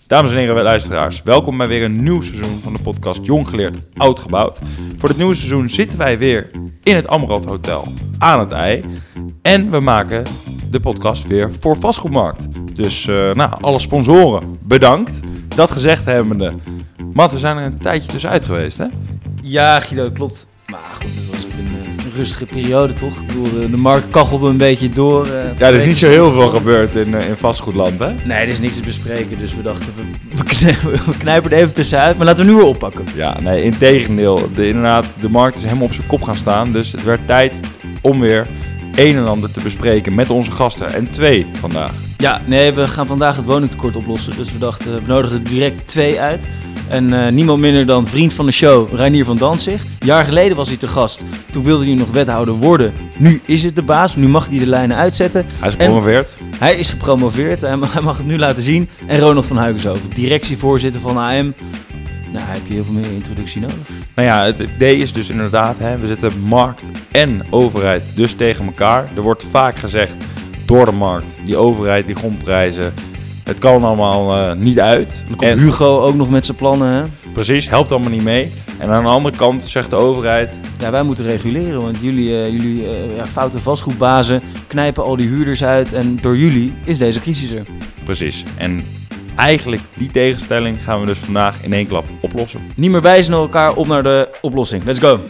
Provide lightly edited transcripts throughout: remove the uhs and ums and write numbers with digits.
Dames en heren luisteraars, welkom bij weer een nieuw seizoen van de podcast Jong Geleerd, Oud Gebouwd. Voor dit nieuwe seizoen zitten wij weer in het Amrad Hotel aan het IJ. En we maken de podcast weer voor Vastgoedmarkt. Dus alle sponsoren, bedankt. Dat gezegd hebbende, Matt, we zijn er een tijdje tussenuit geweest, hè? Ja, Guido, klopt. Maar goed, het was ook een rustige periode, toch? Ik bedoel, de markt kachelde een beetje door. Er is niet zo heel veel gebeurd in vastgoedland, hè? Nee, er is niks te bespreken, dus we dachten, we knijpen er even tussenuit. Maar laten we nu weer oppakken. Ja, nee, integendeel. Inderdaad, de markt is helemaal op zijn kop gaan staan. Dus het werd tijd om weer een en ander te bespreken met onze gasten. En 2 vandaag. Ja, nee, we gaan vandaag het woningtekort oplossen. Dus we dachten, we nodigen er direct 2 uit. En niemand minder dan vriend van de show, Reinier van Dantzig. Een jaar geleden was hij te gast. Toen wilde hij nog wethouder worden. Nu is het de baas. Nu mag hij de lijnen uitzetten. Hij is gepromoveerd. Hij is gepromoveerd. Hij mag het nu laten zien. En Ronald van Huygenshoven, directievoorzitter van AM. Nou, heb je heel veel meer introductie nodig? Nou ja, het idee is dus inderdaad, we zitten markt en overheid dus tegen elkaar. Er wordt vaak gezegd door de markt, die overheid, die grondprijzen, het kan allemaal niet uit. Dan komt Hugo ook nog met zijn plannen, hè? Precies, helpt allemaal niet mee. En aan de andere kant zegt de overheid, ja, wij moeten reguleren, want jullie foute vastgoedbazen knijpen al die huurders uit. En door jullie is deze crisis er. Precies. En eigenlijk die tegenstelling gaan we dus vandaag in één klap oplossen. Niet meer wijzen naar elkaar, op naar de oplossing. Let's go!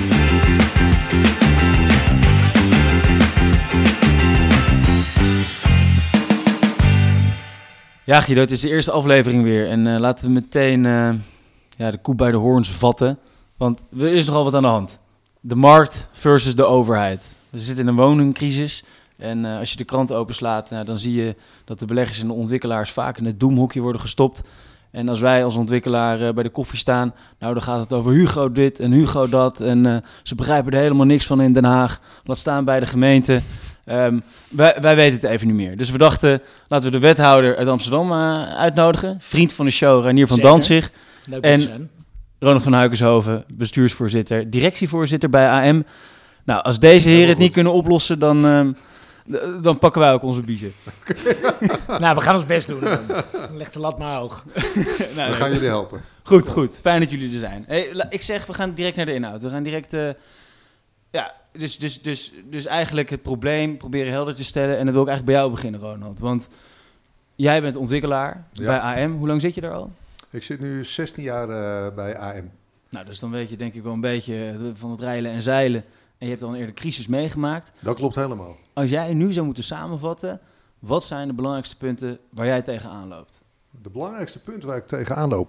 Ja, Guido, het is de eerste aflevering weer. En laten we meteen de koe bij de hoorns vatten. Want er is nogal wat aan de hand. De markt versus de overheid. We zitten in een woningcrisis. En als je de krant openslaat, dan zie je dat de beleggers en de ontwikkelaars vaak in het doemhokje worden gestopt. En als wij als ontwikkelaar bij de koffie staan, dan gaat het over Hugo dit en Hugo dat. En ze begrijpen er helemaal niks van in Den Haag. Laat staan bij de gemeente. Wij weten het even niet meer. Dus we dachten, laten we de wethouder uit Amsterdam uitnodigen. Vriend van de show, Reinier van Dantzig. En Ronald van Huygenshoven, bestuursvoorzitter, directievoorzitter bij AM. Nou, als deze heren het niet kunnen oplossen, dan pakken wij ook onze biezen. Nou, we gaan ons best doen. Leg de lat maar hoog. We gaan jullie helpen. Goed. Fijn dat jullie er zijn. Hey, ik zeg, we gaan direct naar de inhoud. We gaan direct... Dus eigenlijk het probleem proberen helder te stellen. En dan wil ik eigenlijk bij jou beginnen, Ronald. Want jij bent ontwikkelaar bij AM. Hoe lang zit je daar al? Ik zit nu 16 jaar bij AM. Nou, dus dan weet je denk ik wel een beetje van het reilen en zeilen. En je hebt al een eerder crisis meegemaakt. Dat klopt helemaal. Als jij nu zou moeten samenvatten, wat zijn de belangrijkste punten waar jij tegenaan loopt? De belangrijkste punten waar ik tegenaan loop...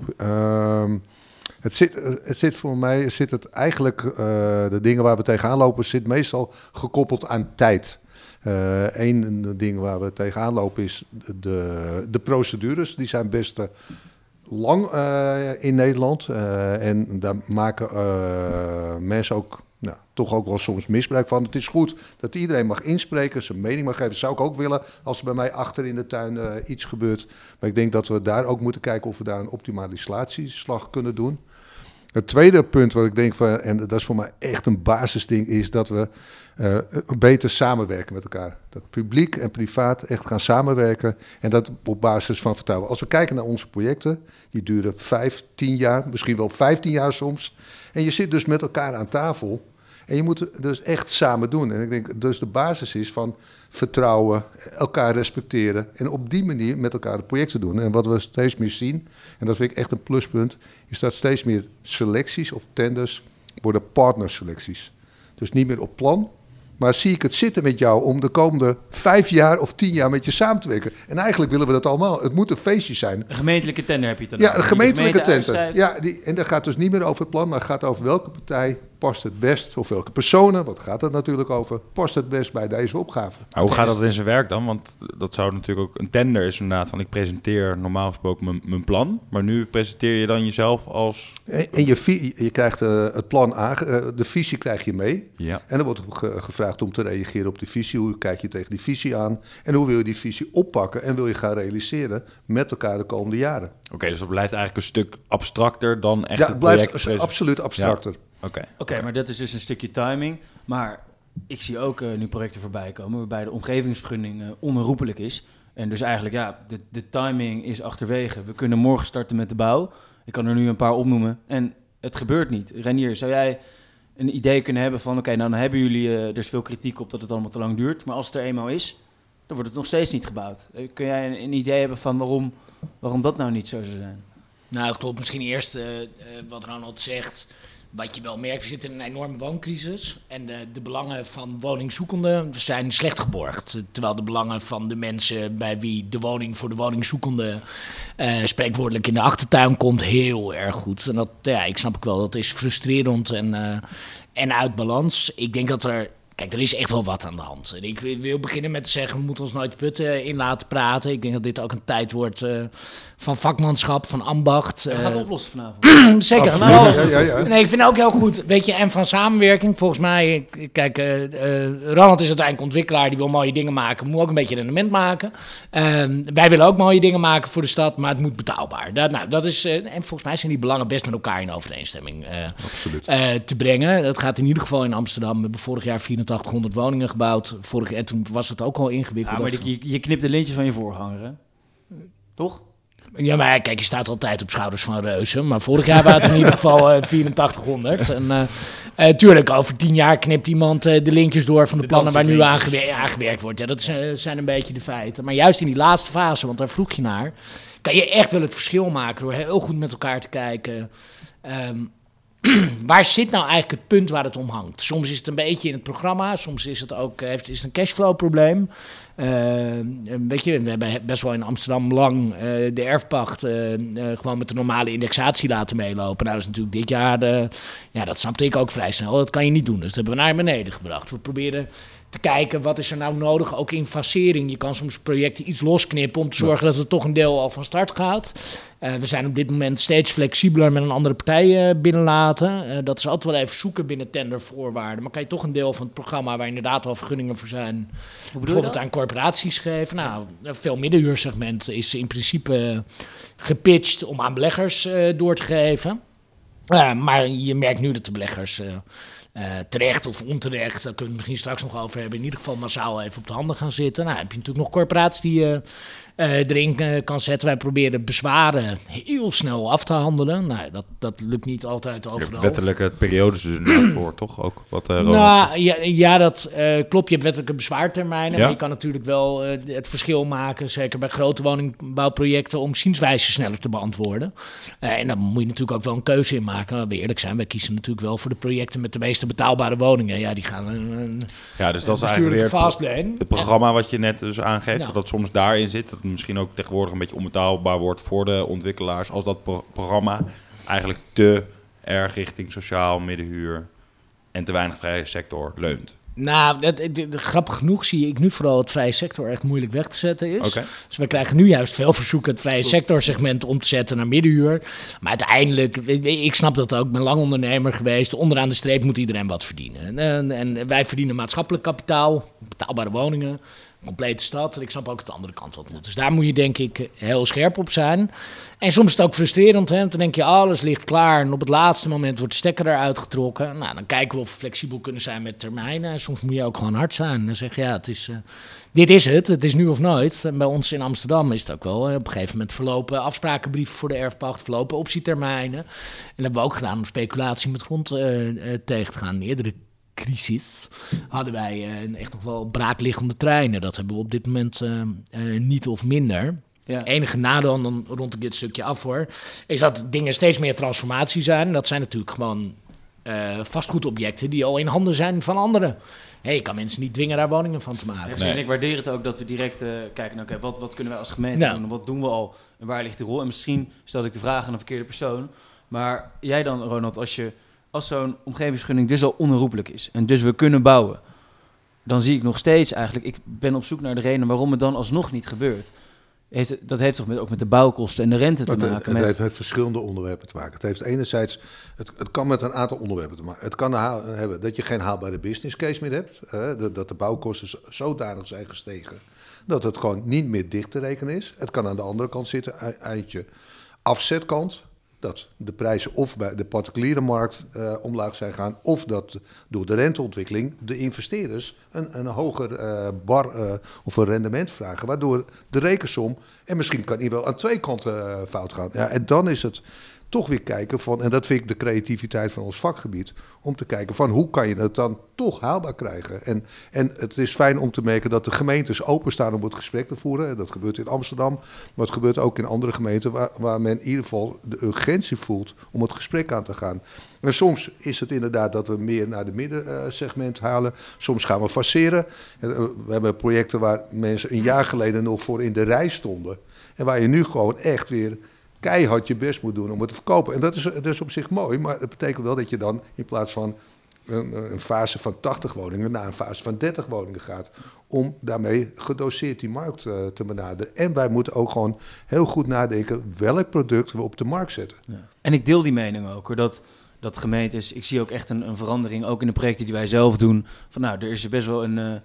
Het zit voor mij, de dingen waar we tegenaan lopen, zit meestal gekoppeld aan tijd. Eén ding waar we tegenaan lopen is de procedures. Die zijn best lang in Nederland. En daar maken mensen ook toch ook wel soms misbruik van. Het is goed dat iedereen mag inspreken, zijn mening mag geven. Dat zou ik ook willen als er bij mij achter in de tuin iets gebeurt. Maar ik denk dat we daar ook moeten kijken of we daar een optimalisatieslag kunnen doen. Het tweede punt wat ik denk, en dat is voor mij echt een basisding, is dat we beter samenwerken met elkaar. Dat publiek en privaat echt gaan samenwerken en dat op basis van vertrouwen. Als we kijken naar onze projecten, die duren 5, 10 jaar, misschien wel 15 jaar soms. En je zit dus met elkaar aan tafel en je moet het dus echt samen doen. En ik denk dus de basis is van vertrouwen, elkaar respecteren en op die manier met elkaar het project te doen. En wat we steeds meer zien, en dat vind ik echt een pluspunt, is dat steeds meer selecties of tenders worden partnerselecties. Dus niet meer op plan, maar zie ik het zitten met jou om de komende 5 jaar of 10 jaar met je samen te werken. En eigenlijk willen we dat allemaal. Het moet een feestje zijn. Een gemeentelijke tender heb je het dan? Ja, een gemeentelijke tender. Ja, en dat gaat dus niet meer over het plan, maar het gaat over welke partij past het best, of welke personen, wat gaat het natuurlijk over, past het best bij deze opgave. Maar hoe gaat dat in zijn werk dan? Want dat zou natuurlijk ook, een tender is inderdaad van ik presenteer normaal gesproken mijn plan, maar nu presenteer je dan jezelf als... En je krijgt het plan de visie krijg je mee. Ja. En dan wordt gevraagd om te reageren op die visie. Hoe kijk je tegen die visie aan? En hoe wil je die visie oppakken en wil je gaan realiseren met elkaar de komende jaren? Oké, dus dat blijft eigenlijk een stuk abstracter dan echt het blijft absoluut abstracter. Ja. Oké, maar dat is dus een stukje timing. Maar ik zie ook nu projecten voorbij komen waarbij de omgevingsvergunning onherroepelijk is. En dus eigenlijk, de timing is achterwege. We kunnen morgen starten met de bouw. Ik kan er nu een paar opnoemen. En het gebeurt niet. Reinier, zou jij een idee kunnen hebben van... Oké, nou dan hebben jullie... er is veel kritiek op dat het allemaal te lang duurt. Maar als het er eenmaal is, dan wordt het nog steeds niet gebouwd. Kun jij een idee hebben van waarom dat nou niet zo zou zijn? Nou, het klopt misschien eerst wat Ronald zegt. Wat je wel merkt, we zitten in een enorme wooncrisis. En de belangen van woningzoekenden zijn slecht geborgd. Terwijl de belangen van de mensen bij wie de woning voor de woningzoekende spreekwoordelijk in de achtertuin komt, heel erg goed. En dat, ik snap ook wel, dat is frustrerend en uit balans. Ik denk dat Kijk, er is echt wel wat aan de hand. En ik wil beginnen met te zeggen, we moeten ons nooit de putten in laten praten. Ik denk dat dit ook een tijd wordt van vakmanschap, van ambacht. We gaan het oplossen vanavond. Zeker. Ja. Nee, ik vind het ook heel goed. Weet je, en van samenwerking. Volgens mij, kijk, Ronald is uiteindelijk ontwikkelaar. Die wil mooie dingen maken. Moet ook een beetje rendement maken. Wij willen ook mooie dingen maken voor de stad, maar het moet betaalbaar. Dat is, en volgens mij zijn die belangen best met elkaar in overeenstemming te brengen. Dat gaat in ieder geval in Amsterdam. We hebben vorig jaar 8400 woningen gebouwd. En toen was het ook al ingewikkeld. Ja, maar je knipt de lintjes van je voorganger, hè? Toch? Ja, maar kijk, je staat altijd op schouders van reuzen. Maar vorig jaar waren het in ieder geval 8400. En tuurlijk, over 10 jaar knipt iemand de linkjes door van de plannen waar nu aangewerkt wordt. Ja, dat zijn een beetje de feiten. Maar juist in die laatste fase, want daar vroeg je naar, kan je echt wel het verschil maken door heel goed met elkaar te kijken. Waar zit nou eigenlijk het punt waar het om hangt? Soms is het een beetje in het programma, soms is het ook is het een cashflow probleem. Weet je, we hebben best wel in Amsterdam lang de erfpacht gewoon met de normale indexatie laten meelopen. Nou, dat is natuurlijk dit jaar, dat snapte ik ook vrij snel. Dat kan je niet doen, dus dat hebben we naar beneden gebracht. We proberen te kijken, wat is er nou nodig, ook in fasering. Je kan soms projecten iets losknippen om te zorgen dat het toch een deel al van start gaat. We zijn op dit moment steeds flexibeler met een andere partij binnenlaten. Dat is altijd wel even zoeken binnen tendervoorwaarden. Maar kan je toch een deel van het programma waar inderdaad wel vergunningen voor zijn, bijvoorbeeld aan corporaties geven. Nou, veel middenhuursegment is in principe gepitcht om aan beleggers door te geven. Maar je merkt nu dat de beleggers terecht of onterecht, daar kunnen we het misschien straks nog over hebben, in ieder geval massaal even op de handen gaan zitten. Nou, heb je natuurlijk nog corporaties die je erin kan zetten. Wij proberen bezwaren heel snel af te handelen. Nou, dat lukt niet altijd overal. Je hebt wettelijke periodes dus voor, toch? Ook wat dat klopt. Je hebt wettelijke bezwaartermijnen. Ja? Maar je kan natuurlijk wel het verschil maken, zeker bij grote woningbouwprojecten, om zienswijze sneller te beantwoorden. En dan moet je natuurlijk ook wel een keuze in maken. Laten we eerlijk zijn, wij kiezen natuurlijk wel voor de projecten met de meeste betaalbare woningen. Ja, die gaan dus dat is eigenlijk weer het programma wat je net dus aangeeft, Ja. dat soms daarin zit, dat het misschien ook tegenwoordig een beetje onbetaalbaar wordt voor de ontwikkelaars, als dat programma eigenlijk te erg richting sociaal, middenhuur en te weinig vrije sector leunt. Nou, grappig genoeg zie ik nu vooral het vrije sector echt moeilijk weg te zetten is. Okay. Dus we krijgen nu juist veel verzoeken het vrije sectorsegment om te zetten naar middenhuur. Maar uiteindelijk, ik snap dat ook, ik ben lang ondernemer geweest. Onderaan de streep moet iedereen wat verdienen. En wij verdienen maatschappelijk kapitaal, betaalbare woningen, complete stad. En ik snap ook dat de andere kant wat moet. Dus daar moet je denk ik heel scherp op zijn. En soms is het ook frustrerend, hè? Dan denk je, alles ligt klaar en op het laatste moment wordt de stekker eruit getrokken. Nou, dan kijken we of we flexibel kunnen zijn met termijnen. En soms moet je ook gewoon hard zijn. Dan zeg je, dit is het is nu of nooit. En bij ons in Amsterdam is het ook wel. Op een gegeven moment verlopen afsprakenbrieven voor de erfpacht, verlopen optietermijnen. En dat hebben we ook gedaan om speculatie met grond tegen te gaan. Eerdere crisis hadden wij echt nog wel braakliggende treinen. Dat hebben we op dit moment niet of minder. Ja. Enige nadeel, dan rond ik dit stukje af hoor, is dat dingen steeds meer transformatie zijn. Dat zijn natuurlijk gewoon vastgoedobjecten die al in handen zijn van anderen. Je kan mensen niet dwingen daar woningen van te maken. Nee. En ik waardeer het ook dat we direct kijken, oké, wat kunnen wij als gemeente doen? Wat doen we al? En waar ligt de rol? En misschien stel ik de vraag aan een verkeerde persoon. Maar jij dan, Ronald, als zo'n omgevingsvergunning dus al onherroepelijk is en dus we kunnen bouwen, dan zie ik nog steeds eigenlijk, ik ben op zoek naar de reden waarom het dan alsnog niet gebeurt. Dat heeft toch ook met de bouwkosten en de rente te maken? Het heeft met verschillende onderwerpen te maken. Het heeft enerzijds, het kan met een aantal onderwerpen te maken. Het kan hebben dat je geen haalbare business case meer hebt. Dat de bouwkosten zodanig zijn gestegen dat het gewoon niet meer dicht te rekenen is. Het kan aan de andere kant zitten, uit je afzetkant. dat de prijzen of bij de particuliere markt omlaag zijn gaan, of dat door de renteontwikkeling de investeerders een hoger bar of een rendement vragen, waardoor de rekensom, en misschien kan die wel aan twee kanten fout gaan. Ja, en dan is het toch weer kijken van, en dat vind ik de creativiteit van ons vakgebied, om te kijken van hoe kan je het dan toch haalbaar krijgen. En het is fijn om te merken dat de gemeentes openstaan om het gesprek te voeren. Dat gebeurt in Amsterdam, maar het gebeurt ook in andere gemeenten waar men in ieder geval de urgentie voelt om het gesprek aan te gaan. En soms is het inderdaad dat we meer naar de middensegment halen. Soms gaan we faceren. We hebben projecten waar mensen een jaar geleden nog voor in de rij stonden. En waar je nu gewoon echt weer keihard je best moet doen om het te verkopen. En dat is op zich mooi, maar dat betekent wel dat je dan in plaats van een fase van 80 woningen naar een fase van 30 woningen gaat. Om daarmee gedoseerd die markt te benaderen. En wij moeten ook gewoon heel goed nadenken welk product we op de markt zetten. Ja. En ik deel die mening ook, hoor, dat gemeentes, ik zie ook echt een verandering, ook in de projecten die wij zelf doen. Van nou, er is best wel een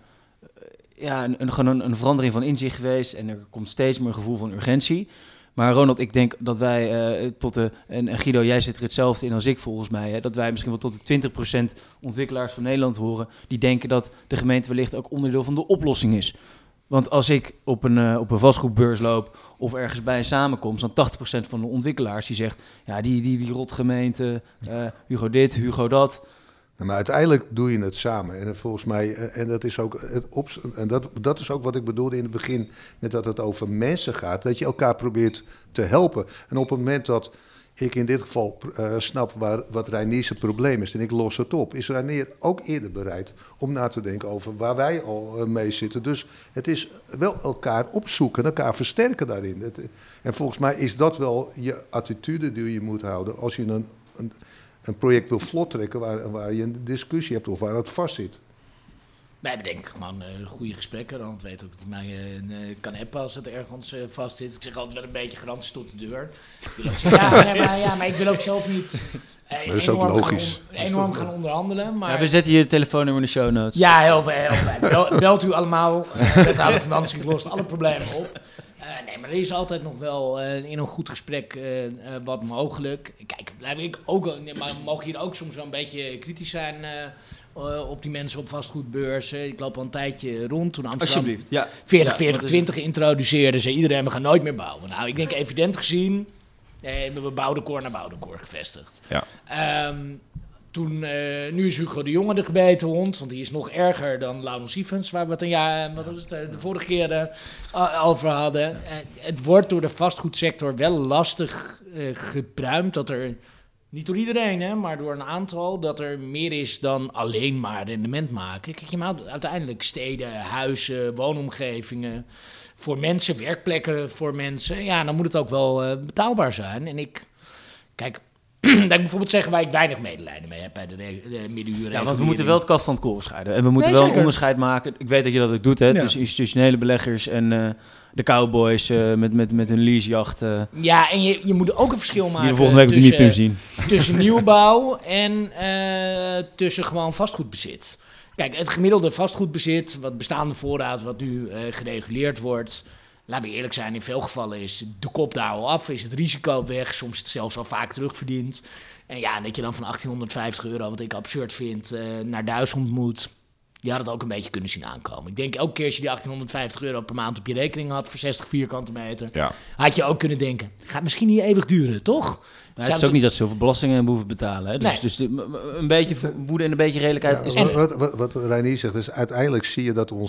verandering van inzicht geweest en er komt steeds meer een gevoel van urgentie. Maar Ronald, ik denk dat wij en Guido, jij zit er hetzelfde in als ik volgens mij, hè, dat wij misschien wel tot de 20% ontwikkelaars van Nederland horen die denken dat de gemeente wellicht ook onderdeel van de oplossing is. Want als ik op een vastgoedbeurs loop of ergens bij een samenkomst, dan 80% van de ontwikkelaars die zegt, ja, die rotgemeente, Hugo dit, Hugo dat. Maar uiteindelijk doe je het samen. En volgens mij, en dat is ook dat is ook wat ik bedoelde in het begin, met dat het over mensen gaat, dat je elkaar probeert te helpen. En op het moment dat ik in dit geval snap wat Reiniers probleem is en ik los het op, is Reinier ook eerder bereid om na te denken over waar wij al mee zitten. Dus het is wel elkaar opzoeken, elkaar versterken daarin. En volgens mij is dat wel je attitude die je moet houden als je een project wil vlot trekken waar je een discussie hebt of waar het vast zit. Wij hebben denk ik gewoon goede gesprekken. Dan weet ook dat hij mij kan appen als het ergens vast zit. Ik zeg altijd wel een beetje garanties tot de deur. Ik wil ook zeggen, maar ik wil ook zelf niet dat is ook logisch. Enorm gaan onderhandelen. Maar... Ja, we zetten je telefoonnummer in de show notes. Ja, heel fijn. Belt u allemaal. Wethouder Financiën lost alle problemen op. Nee, maar er is altijd nog wel in een goed gesprek wat mogelijk. Kijk, maar mogen hier ook soms wel een beetje kritisch zijn op die mensen op vastgoedbeurzen. Ik loop al een tijdje rond toen Amsterdam 40-40-20 introduceerden ze. Iedereen, we gaan nooit meer bouwen. Nou, ik denk evident gezien, hebben we Boudekoor naar Boudekoor gevestigd. Ja. Nu is Hugo de Jonge de gebeten hond, want die is nog erger dan Laurens Sievens, waar we het de vorige keer over hadden. Het wordt door de vastgoedsector wel lastig gepruimd dat er, niet door iedereen, hè, maar door een aantal, dat er meer is dan alleen maar rendement maken. Kijk, je maakt uiteindelijk steden, huizen, woonomgevingen voor mensen, werkplekken voor mensen. Ja, dan moet het ook wel betaalbaar zijn. En kijk, dat ik bijvoorbeeld zeggen waar ik weinig medelijden mee heb bij de middenhuur. Ja, want we moeten wel het kaf van het koren scheiden. En we moeten wel een onderscheid maken. Ik weet dat je dat ook doet, hè, tussen institutionele beleggers en de cowboys met hun leasejacht. Ja, en je moet ook een verschil maken. Die we volgende week op de Nipim zien. Tussen nieuwbouw en tussen gewoon vastgoedbezit. Kijk, het gemiddelde vastgoedbezit, wat bestaande voorraad, wat nu gereguleerd wordt, laten we eerlijk zijn, in veel gevallen is de kop daar al af, is het risico weg, soms is het zelfs al vaak terugverdiend. En ja, dat je dan van €1850, wat ik absurd vind, naar 1000 moet, je had het ook een beetje kunnen zien aankomen. Ik denk elke keer als je die €1850 per maand op je rekening had voor 60 vierkante meter, had je ook kunnen denken, gaat misschien niet eeuwig duren, toch? Nou, het is ook niet dat ze zoveel belastingen hoeven betalen. Hè? Dus een beetje woede en een beetje redelijkheid is... Wat Reinier zegt is, uiteindelijk zie je dat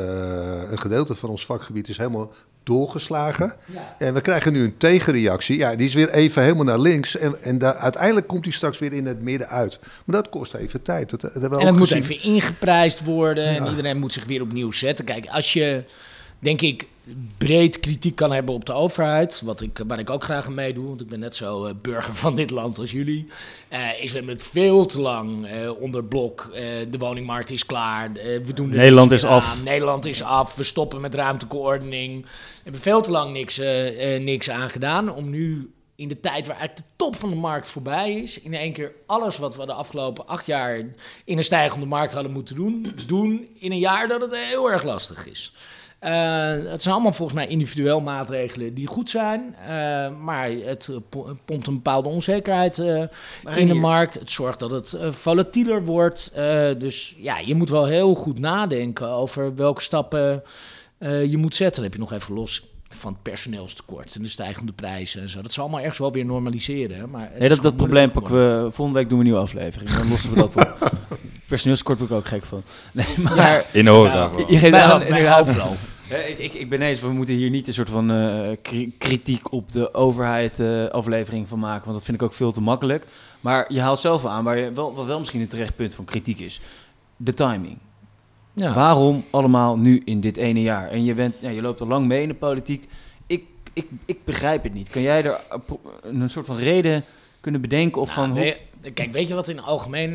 een gedeelte van ons vakgebied is helemaal doorgeslagen. Ja. En we krijgen nu een tegenreactie. Ja, die is weer even helemaal naar links. En uiteindelijk komt die straks weer in het midden uit. Maar dat kost even tijd. En het moet even ingeprijsd worden. Ja. En iedereen moet zich weer opnieuw zetten. Kijk, als je, denk ik, breed kritiek kan hebben op de overheid, waar ik ook graag aan meedoe, want ik ben net zo burger van dit land als jullie, is we met veel te lang onder blok, de woningmarkt is klaar, we doen er Nederland is af. Nederland is af, we stoppen met ruimtelijke ordening. We hebben veel te lang niks aan gedaan om nu in de tijd waar eigenlijk de top van de markt voorbij is, in één keer alles wat we de afgelopen 8 jaar in een stijgende markt hadden moeten doen in een jaar dat het heel erg lastig is. Het zijn allemaal volgens mij individueel maatregelen die goed zijn. Maar het pompt een bepaalde onzekerheid in de markt. Het zorgt dat het volatieler wordt. Dus ja, je moet wel heel goed nadenken over welke stappen je moet zetten. Dan heb je nog even los van het personeelstekort en de stijgende prijzen en zo. Dat zal allemaal ergens wel weer normaliseren. Hè? Maar dat probleem pakken we... Volgende week doen we een nieuwe aflevering. Dan lossen we dat op. Personeelstekort word ik ook gek van. Nee, maar... Ja, in de horeca. Je geeft aan, bij inderdaad. overal. Ik ben eens, we moeten hier niet een soort van kritiek op de overheid aflevering van maken, want dat vind ik ook veel te makkelijk. Maar je haalt zelf aan, waar je wel misschien een terecht punt van kritiek is. De timing. Ja. Waarom allemaal nu in dit ene jaar? En je loopt al lang mee in de politiek. Ik begrijp het niet. Kan jij er een soort van reden kunnen bedenken? Of van Kijk, weet je wat in het algemeen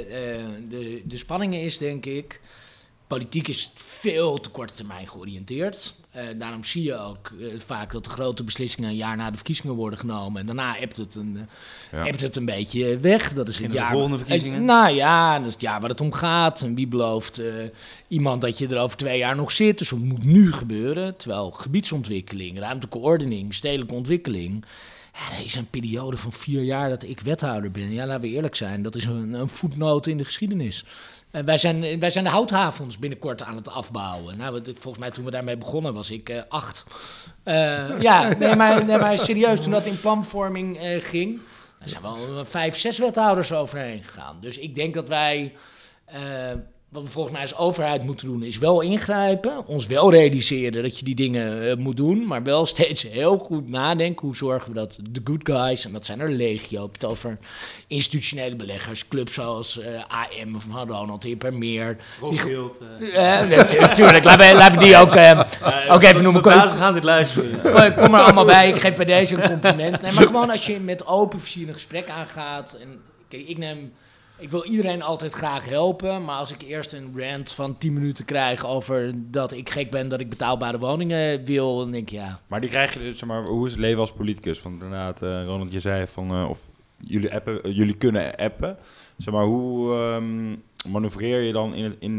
de spanningen is, denk ik? Politiek is veel te korte termijn georiënteerd. Daarom zie je ook vaak dat de grote beslissingen een jaar na de verkiezingen worden genomen. En daarna ebt het een beetje weg. Dat is het jaar. De volgende verkiezingen? Nou ja, dat is het jaar waar het om gaat. En wie belooft iemand dat je er over 2 jaar nog zit. Dus dat moet nu gebeuren. Terwijl gebiedsontwikkeling, ruimtelijke ordening, stedelijke ontwikkeling... Ja, er is een periode van 4 jaar dat ik wethouder ben. Ja, laten we eerlijk zijn. Dat is een voetnoot in de geschiedenis. Wij zijn de houthavens binnenkort aan het afbouwen. Nou, volgens mij toen we daarmee begonnen was ik 8. Nee, maar serieus, toen dat in planvorming ging... er zijn wel 5, 6 wethouders overheen gegaan. Dus ik denk dat wij... wat we volgens mij als overheid moeten doen, is wel ingrijpen. Ons wel realiseren dat je die dingen moet doen. Maar wel steeds heel goed nadenken. Hoe zorgen we dat de good guys, en dat zijn er legio. Het over institutionele beleggers. Clubs zoals AM van Ronald Hippermeer. Rothschild. Natuurlijk, laten we die ook even noemen. Ze gaan dit luisteren. Kom er allemaal bij. Ik geef bij deze een compliment. Nee, maar gewoon als je met open vizier een gesprek aangaat. En kijk, ik wil iedereen altijd graag helpen, maar als ik eerst een rant van 10 minuten krijg over dat ik gek ben dat ik betaalbare woningen wil, dan denk ik ja. Maar die krijg je dus, zeg maar, hoe is het leven als politicus? Want inderdaad, Ronald, je zei van, of jullie kunnen appen. Zeg maar, hoe manoeuvreer je dan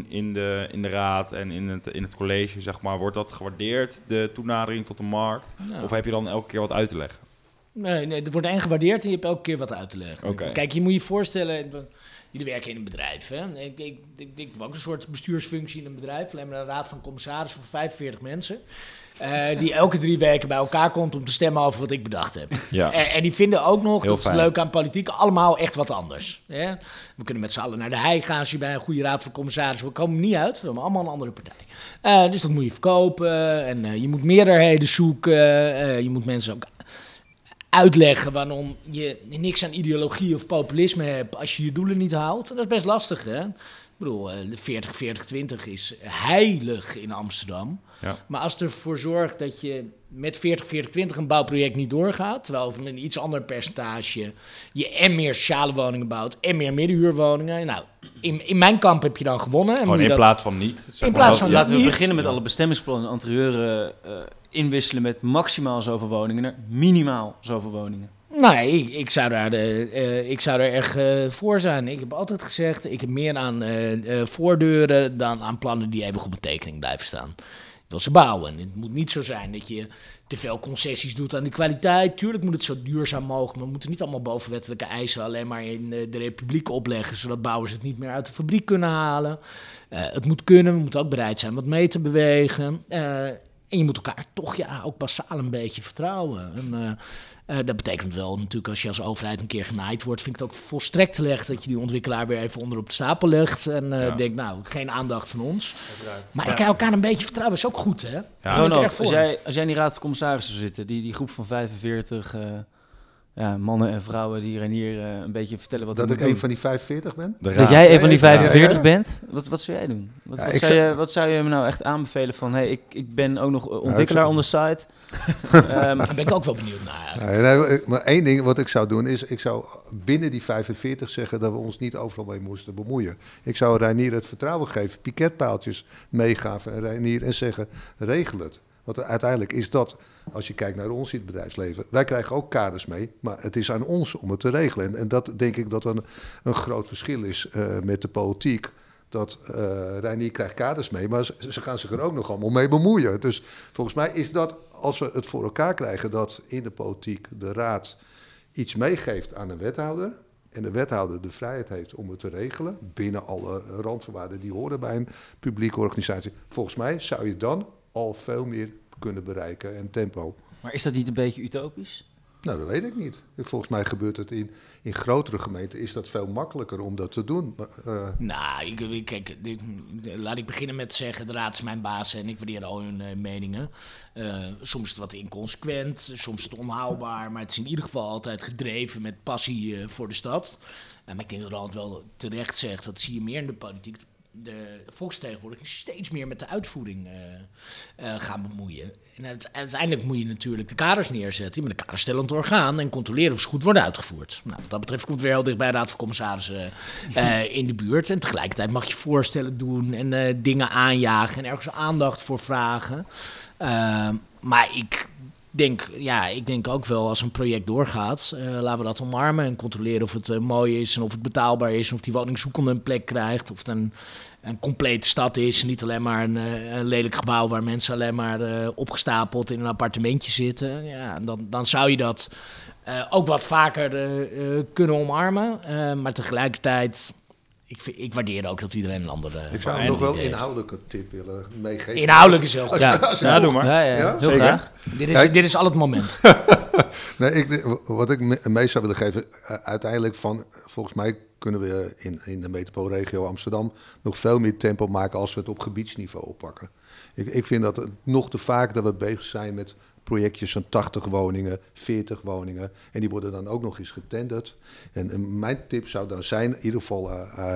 in de raad en in het college, zeg maar? Wordt dat gewaardeerd, de toenadering tot de markt? Ja. Of heb je dan elke keer wat uit te leggen? Nee, er wordt gewaardeerd en je hebt elke keer wat uit te leggen. Okay. Kijk, je moet je voorstellen, jullie werken in een bedrijf. Hè? Ik heb ook een soort bestuursfunctie in een bedrijf. Alleen maar een raad van commissarissen van 45 mensen. Die elke 3 weken bij elkaar komt om te stemmen over wat ik bedacht heb. Ja. En die vinden ook nog, dat is het leuke aan politiek, allemaal echt wat anders. Hè? We kunnen met z'n allen naar de hei gaan als je bij een goede raad van commissarissen. We komen niet uit, we hebben allemaal een andere partij. Dus dat moet je verkopen en je moet meerderheden zoeken. Je moet mensen ook uitleggen waarom je niks aan ideologie of populisme hebt als je je doelen niet haalt. En dat is best lastig, hè? Ik bedoel, 40-40-20 is heilig in Amsterdam. Ja. Maar als het ervoor zorgt dat je met 40-40-20 een bouwproject niet doorgaat, terwijl met een iets ander percentage je en meer sociale woningen bouwt en meer middenhuurwoningen. Nou, in mijn kamp heb je dan gewonnen. Gewoon in plaats van niet. Laten we beginnen met alle bestemmingsplannen en interieuren inwisselen met maximaal zoveel woningen naar minimaal zoveel woningen. Nee, ik zou daar erg voor zijn. Ik heb altijd gezegd, ik heb meer aan voordeuren dan aan plannen die eeuwig op een tekening blijven staan. Ik wil ze bouwen. Het moet niet zo zijn dat je te veel concessies doet aan de kwaliteit. Tuurlijk moet het zo duurzaam mogelijk, maar we moeten niet allemaal bovenwettelijke eisen alleen maar in de republiek opleggen, zodat bouwers het niet meer uit de fabriek kunnen halen. Het moet kunnen, we moeten ook bereid zijn wat mee te bewegen. En je moet elkaar toch ook basaal een beetje vertrouwen. En dat betekent wel natuurlijk als je als overheid een keer genaaid wordt, vind ik het ook volstrekt terecht dat je die ontwikkelaar weer even onder op de stapel legt. En denkt, nou, geen aandacht van ons. Maar elkaar een beetje vertrouwen is ook goed, hè? Ja. Ronald, als jij in die raad van commissarissen zit, die groep van 45 mannen en vrouwen die hier een beetje vertellen wat dat ik een van die 45 ben? Dat jij een van die 45 bent? Wat zou jij doen? Wat zou je me nou echt aanbevelen van, hey, ik ben ook nog ontwikkelaar on the site. Daar ben ik ook wel benieuwd naar. Maar één ding wat ik zou doen is, ik zou binnen die 45 zeggen dat we ons niet overal mee moesten bemoeien. Ik zou Reinier het vertrouwen geven, piketpaaltjes meegaven en Reinier en zeggen, regel het. Want uiteindelijk is dat, als je kijkt naar ons in het bedrijfsleven, wij krijgen ook kaders mee, maar het is aan ons om het te regelen. En dat denk ik dat een groot verschil is met de politiek. dat Reinier krijgt kaders mee, maar ze gaan zich er ook nog allemaal mee bemoeien. Dus volgens mij is dat, als we het voor elkaar krijgen, dat in de politiek de raad iets meegeeft aan een wethouder en de wethouder de vrijheid heeft om het te regelen binnen alle randvoorwaarden die horen bij een publieke organisatie. Volgens mij zou je dan al veel meer kunnen bereiken en tempo. Maar is dat niet een beetje utopisch? Nou, dat weet ik niet. Volgens mij gebeurt het in grotere gemeenten, is dat veel makkelijker om dat te doen. Kijk, laat ik beginnen met zeggen, de raad is mijn baas en ik waardeer al hun meningen. Soms is het wat inconsequent, soms is het onhaalbaar, maar het is in ieder geval altijd gedreven met passie voor de stad. Maar ik denk dat Roland wel terecht zegt, dat zie je meer in de politiek. De volksvertegenwoordiging steeds meer met de uitvoering gaan bemoeien. En uiteindelijk moet je natuurlijk de kaders neerzetten. Je moet een kaderstellend orgaan en controleren of ze goed worden uitgevoerd. Nou, wat dat betreft komt het weer heel dicht bij de Raad van Commissarissen in de buurt. En tegelijkertijd mag je voorstellen doen en dingen aanjagen en ergens aandacht voor vragen. Maar ik denk ook wel, als een project doorgaat, laten we dat omarmen en controleren of het mooi is en of het betaalbaar is, of die woningzoekende een plek krijgt, of het een complete stad is, niet alleen maar een lelijk gebouw waar mensen alleen maar opgestapeld in een appartementje zitten. Ja, dan zou je dat ook wat vaker kunnen omarmen, maar tegelijkertijd. Ik waardeer ook dat iedereen een andere. Ik zou hem nog wel inhoudelijke tip willen meegeven. Inhoudelijk is heel goed. Ja, doe maar. Ja, heel zeker. graag. Dit is al het moment. Wat ik mee zou willen geven, uiteindelijk volgens mij kunnen we in de metropoolregio Amsterdam nog veel meer tempo maken als we het op gebiedsniveau oppakken. Ik vind dat nog te vaak dat we bezig zijn met projectjes van 80 woningen, 40 woningen. En die worden dan ook nog eens getenderd. En mijn tip zou dan zijn, in ieder geval,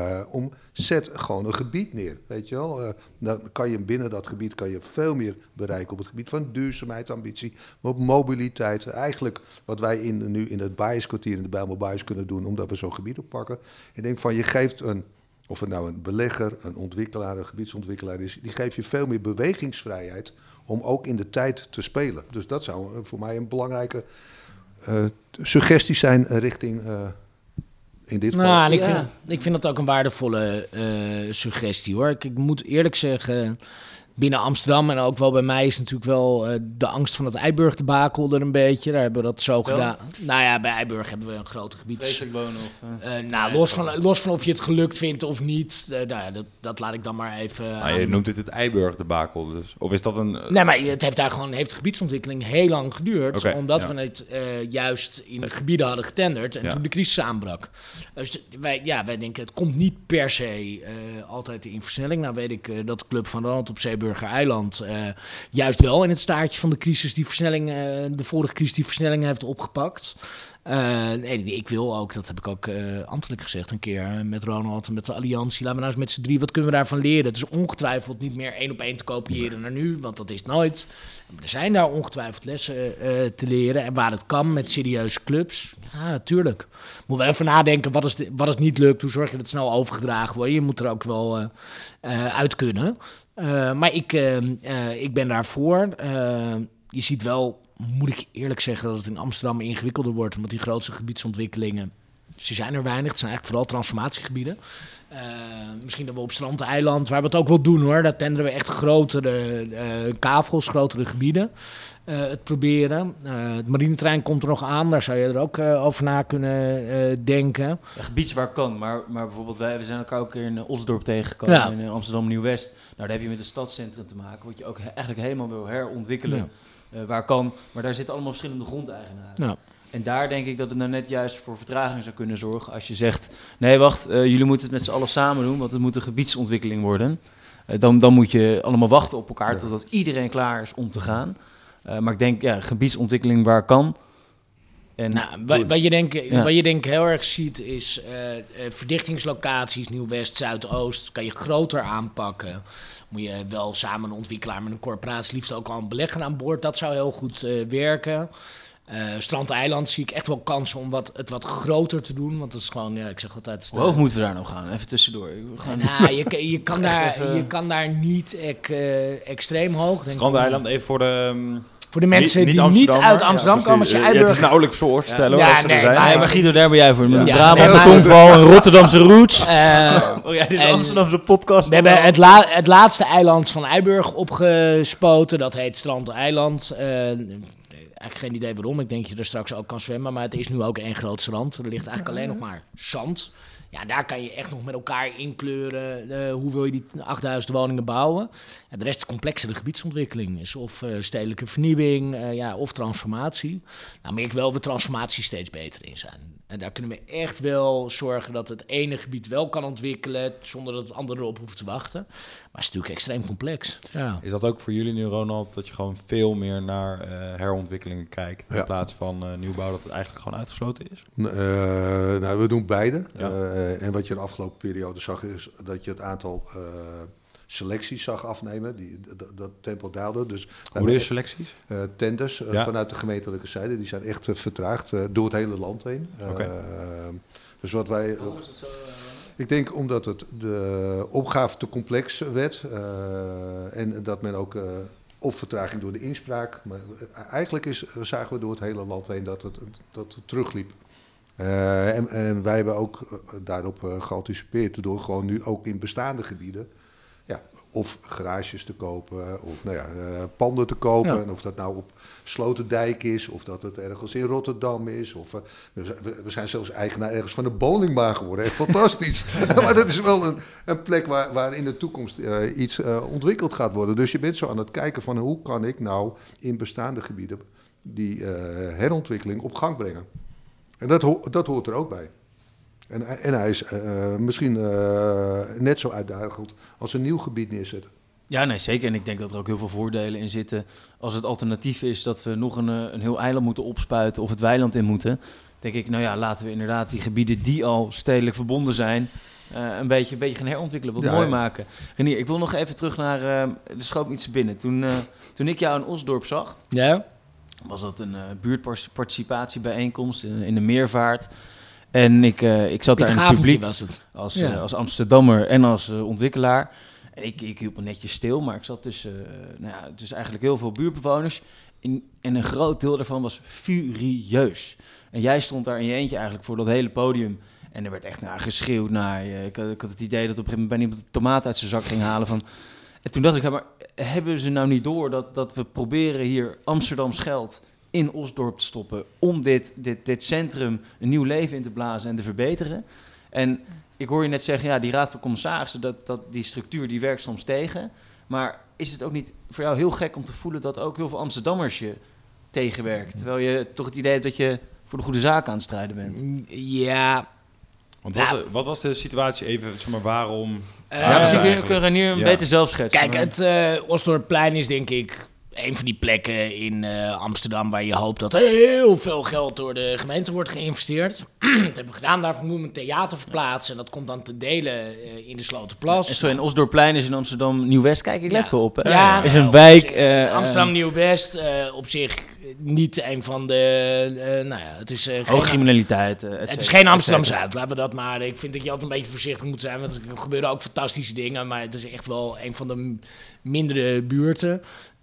zet gewoon een gebied neer. Weet je wel? Dan kan je binnen dat gebied veel meer bereiken op het gebied van duurzaamheidsambitie, op mobiliteit. Eigenlijk wat wij nu in het Baaienskwartier, in de Bijlmerbaaiers kunnen doen, omdat we zo'n gebied oppakken. Ik denk van, je geeft of het nou een belegger, een ontwikkelaar, een gebiedsontwikkelaar is, die geeft je veel meer bewegingsvrijheid om ook in de tijd te spelen. Dus dat zou voor mij een belangrijke suggestie zijn richting in dit geval. Nou, ik vind dat ook een waardevolle suggestie, hoor. Ik moet eerlijk zeggen, binnen Amsterdam en ook wel bij mij is natuurlijk wel de angst van het Eiburg-debakel er een beetje. Daar hebben we dat zo gedaan. Nou ja, bij Eiburg hebben we een grote gebied. Vreselijk wonen Los van of je het gelukt vindt of niet, dat laat ik dan maar even. Maar je noemt het Eiburg-debakel, dus. Of is dat een. Nee, maar het heeft daar gewoon de gebiedsontwikkeling heel lang geduurd. Okay, omdat we het juist in gebieden hadden getenderd en toen de crisis aanbrak. Dus wij denken, het komt niet per se altijd in versnelling. Nou weet ik dat de Club van Ronald op Zeeburger Eiland juist wel in het staartje van de crisis die versnelling, de vorige crisis die versnelling heeft opgepakt. Ik wil ook, dat heb ik ook ambtelijk gezegd een keer met Ronald en met de Alliantie. Laten we nou eens met z'n drie, wat kunnen we daarvan leren? Het is ongetwijfeld niet meer 1 op 1 te kopiëren naar nu, want dat is het nooit. Er zijn daar ongetwijfeld lessen te leren. En waar het kan met serieuze clubs, ja, natuurlijk. Moeten we even nadenken, wat is niet lukt? Hoe zorg je dat het snel overgedragen wordt? Je moet er ook wel uit kunnen. Maar ik ben daarvoor. Je ziet wel, moet ik eerlijk zeggen, dat het in Amsterdam ingewikkelder wordt. Omdat die grootste gebiedsontwikkelingen, ze zijn er weinig. Het zijn eigenlijk vooral transformatiegebieden. Misschien dat we op Strand-eiland, waar we het ook wel doen hoor. Daar tenderen we echt grotere kavels, grotere gebieden. Het proberen. Het marineterrein komt er nog aan. Daar zou je er ook over na kunnen denken. Ja, gebiedswaar kan, maar bijvoorbeeld we zijn elkaar ook in Osdorp tegengekomen, in Amsterdam Nieuw-West. Nou, daar heb je met een stadscentrum te maken, wat je ook eigenlijk helemaal wil herontwikkelen. Waar kan, maar daar zitten allemaal verschillende grondeigenaren. Ja. En daar denk ik dat het nou net juist voor vertraging zou kunnen zorgen als je zegt, nee wacht, jullie moeten het met z'n allen samen doen, want het moet een gebiedsontwikkeling worden. Dan moet je allemaal wachten op elkaar totdat iedereen klaar is om te gaan. Maar ik denk, gebiedsontwikkeling waar kan. En wat je denk heel erg ziet is verdichtingslocaties, Nieuw-West, Zuidoost, kan je groter aanpakken. Moet je wel samen een ontwikkelaar met een corporatie, liefst ook al een belegger aan boord. Dat zou heel goed werken. Strand-eiland zie ik echt wel kansen om het wat groter te doen. Want dat is gewoon, ik zeg altijd... Hoe hoog moeten we daar nou gaan? Even tussendoor. Je kan daar niet extreem hoog. Strand-eiland even voor Voor de mensen Niet die niet Amsterdammer. uit Amsterdam komen, als je Het is Eiburg... nauwelijks voor te stellen. Ja, hoor, als ze nee, er zijn. maar- Nee, maar Guido, daar ben jij voor. Met Ja, Brabantse nee, maar- tongval en Rotterdamse roots. Oh, Ja, dit is en- Amsterdamse podcast. We hebben het laatste eiland van Eiburg opgespoten. Dat heet Strand Eiland. Eigenlijk geen idee waarom. Ik denk dat je er straks ook kan zwemmen. Maar het is nu ook één groot strand. Er ligt eigenlijk alleen nog maar zand. Ja, daar kan je echt nog met elkaar inkleuren. Hoe wil je die 8000 woningen bouwen? En de rest is complexere gebiedsontwikkeling. Is of stedelijke vernieuwing, of transformatie. Nou merk ik wel dat we transformatie steeds beter in zijn. En daar kunnen we echt wel zorgen dat het ene gebied wel kan ontwikkelen... zonder dat het andere erop hoeft te wachten. Maar het is natuurlijk extreem complex. Ja. Is dat ook voor jullie nu, Ronald, dat je gewoon veel meer naar herontwikkelingen kijkt... in Ja. plaats van nieuwbouw, dat het eigenlijk gewoon uitgesloten is? Nou, we doen beide. Ja. En wat je de afgelopen periode zag, is dat je het aantal selecties zag afnemen. Dat tempo daalde. Dus we Hoe hebben is selecties? tenders Ja. vanuit de gemeentelijke zijde, die zijn echt vertraagd door het hele land heen. Oké. Dus wat wij... Ik denk omdat de opgave te complex werd en dat men ook of vertraging door de inspraak, maar eigenlijk zagen we door het hele land heen dat het terugliep. En wij hebben ook daarop geanticipeerd door gewoon nu ook in bestaande gebieden of garages te kopen of panden te kopen. Ja. En of dat nou op Sloterdijk is of dat het ergens in Rotterdam is. Of, we zijn zelfs eigenaar ergens van een bowlingbaan geworden. Echt fantastisch. Maar dat is wel een plek waar in de toekomst iets ontwikkeld gaat worden. Dus je bent zo aan het kijken van hoe kan ik nou in bestaande gebieden die herontwikkeling op gang brengen. En dat hoort er ook bij. En hij is misschien net zo uitdagend als een nieuw gebied neerzetten. Ja, nee, zeker. En ik denk dat er ook heel veel voordelen in zitten. Als het alternatief is dat we nog een heel eiland moeten opspuiten of het weiland in moeten, denk ik, laten we inderdaad die gebieden die al stedelijk verbonden zijn, een beetje gaan herontwikkelen, wat mooi maken. Renier, ik wil nog even terug naar, er schoot me iets binnen. Toen ik jou in Osdorp zag, was dat een buurtparticipatiebijeenkomst in de Meervaart. En ik zat daar in het publiek was het. als Amsterdammer en als ontwikkelaar. En ik hield me netjes stil, maar ik zat tussen eigenlijk heel veel buurtbewoners. En een groot deel daarvan was furieus. En jij stond daar in je eentje eigenlijk voor dat hele podium. En er werd echt geschreeuwd naar je. Ik had het idee dat op een gegeven moment bijna iemand een tomaat uit zijn zak ging halen. En toen dacht ik, maar hebben ze nou niet door dat we proberen hier Amsterdams geld in Osdorp te stoppen om dit centrum een nieuw leven in te blazen en te verbeteren? En ik hoor je net zeggen, die raad van commissarissen, dat die structuur die werkt soms tegen. Maar is het ook niet voor jou heel gek om te voelen dat ook heel veel Amsterdammers je tegenwerkt? Terwijl je toch het idee hebt dat je voor de goede zaak aan het strijden bent. Ja. Want wat was de situatie even, waarom... Misschien kunnen Renier een beter zelf schetsen. Kijk, het Osdorpplein is denk ik een van die plekken in Amsterdam waar je hoopt dat er heel veel geld door de gemeente wordt geïnvesteerd. Dat hebben we gedaan, daarvoor moeten we een theater verplaatsen. En dat komt dan te delen in de Slotenplas. En zo in Osdorpplein is in Amsterdam Nieuw-West. Kijk, ik let veel op. Hè? Ja, is een op wijk. zich, Amsterdam Nieuw-West op zich niet een van de... het is hoge criminaliteit. het is geen Amsterdam-Zuid, laten we dat maar... Ik vind dat je altijd een beetje voorzichtig moet zijn, want er gebeuren ook fantastische dingen, maar het is echt wel een van de mindere buurten.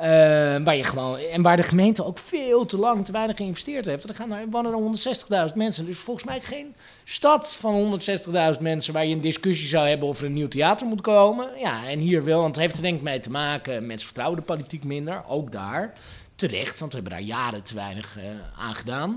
Waar de gemeente ook veel te lang te weinig geïnvesteerd heeft. Er wonen er 160.000 mensen. Dus volgens mij geen stad van 160.000 mensen waar je een discussie zou hebben of er een nieuw theater moet komen. Ja, en hier wel, want het heeft er denk ik mee te maken. Mensen vertrouwen de politiek minder, ook daar. Terecht, want we hebben daar jaren te weinig aan gedaan.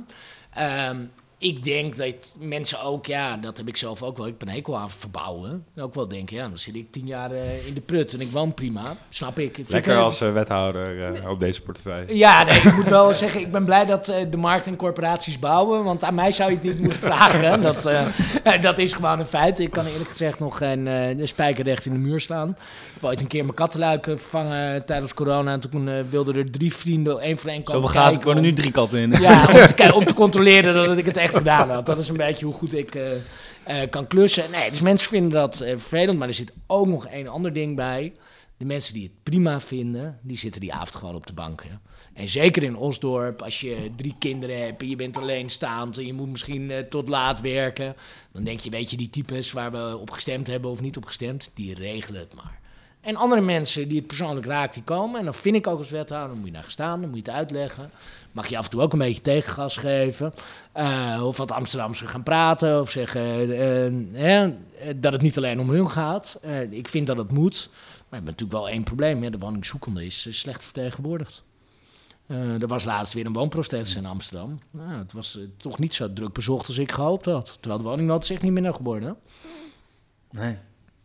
Ik denk dat mensen ook, dat heb ik zelf ook wel. Ik ben hekel aan verbouwen. Ook wel denken, dan zit ik 10 jaar in de prut en ik woon prima. Snap ik. Lekker als wethouder op deze portefeuille. Ja, nee, ik moet wel zeggen, ik ben blij dat de markt en corporaties bouwen. Want aan mij zou je het niet moeten vragen. Dat is gewoon een feit. Ik kan eerlijk gezegd nog geen spijker recht in de muur slaan. Ik heb ooit een keer mijn kattenluiken vervangen tijdens corona. En toen wilden er 3 vrienden 1 voor 1 komen Zo kijken. gaat het, ik woon er nu 3 katten in. Ja, om te controleren dat ik het echt gedaan had. Dat is een beetje hoe goed ik kan klussen. Nee, dus mensen vinden dat vervelend. Maar er zit ook nog een ander ding bij. De mensen die het prima vinden, die zitten die avond gewoon op de bank. Hè. En zeker in Osdorp, als je 3 kinderen hebt en je bent alleenstaand en je moet misschien tot laat werken, dan denk je, weet je, die types waar we op gestemd hebben of niet op gestemd, die regelen het maar. En andere mensen die het persoonlijk raakt, die komen. En dan vind ik ook als wethouder, dan moet je naar gestaan, dan moet je het uitleggen. Mag je af en toe ook een beetje tegengas geven. Of wat Amsterdamse gaan praten. Of zeggen dat het niet alleen om hun gaat. Ik vind dat het moet. Maar we hebben natuurlijk wel één probleem. Hè? De woningzoekende is slecht vertegenwoordigd. Er was laatst weer een woonprotest in Amsterdam. Nou, het was toch niet zo druk bezocht als ik gehoopt had. Terwijl de woningnood is echt niet minder geworden. Nee.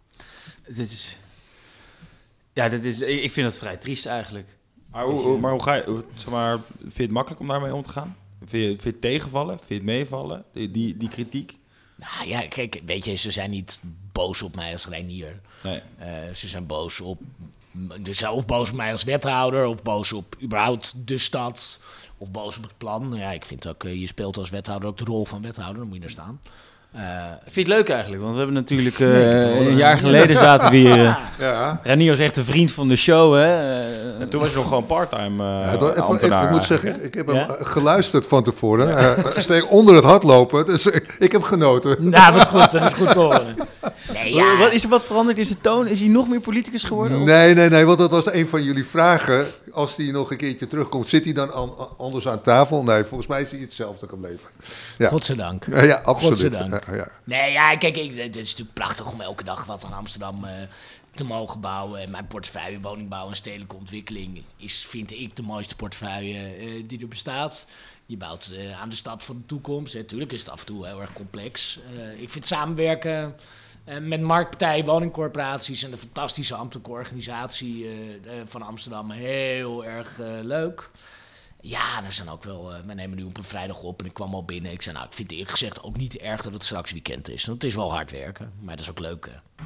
Ik vind het vrij triest eigenlijk. Maar hoe ga je, vind je het makkelijk om daarmee om te gaan? Vind je het tegenvallen? Vind je het meevallen? Die kritiek? Nou ja, kijk, weet je, ze zijn niet boos op mij als Reinier. Nee. Ze zijn boos op... Of boos op mij als wethouder, of boos op überhaupt de stad, of boos op het plan. Ja, ik vind ook, je speelt als wethouder ook de rol van wethouder, dan moet je daar staan. Vind je het leuk eigenlijk? Want we hebben natuurlijk een jaar geleden zaten we hier. Reinier was echt een vriend van de show, hè? En toen was je nog gewoon parttime ik moet zeggen, ik heb hem geluisterd van tevoren. Steek onder het hardlopen, dus ik heb genoten. Nou, wat goed, dat is goed te horen. Nee, ja. Is er wat veranderd in zijn toon? Is hij nog meer politicus geworden? Nee, want dat was een van jullie vragen. Als hij nog een keertje terugkomt, zit hij dan anders aan tafel? Nee, volgens mij is hij hetzelfde gebleven. Ja. Godzijdank. Ja, absoluut. Godzijdank. Ja. Nee, ja, kijk, het is natuurlijk prachtig om elke dag wat aan Amsterdam te mogen bouwen. Mijn portefeuille woningbouw en stedelijke ontwikkeling is, vind ik, de mooiste portefeuille die er bestaat. Je bouwt aan de stad van de toekomst. Natuurlijk is het af en toe heel erg complex. Ik vind samenwerken met marktpartijen, woningcorporaties en de fantastische ambtelijke organisatie van Amsterdam heel erg leuk. Ja, en er zijn ook wel... we nemen nu op een vrijdag op en ik kwam al binnen. Ik zei, ik vind het eerlijk gezegd ook niet erg dat het straks weekend is. Want het is wel hard werken, maar dat is ook leuk.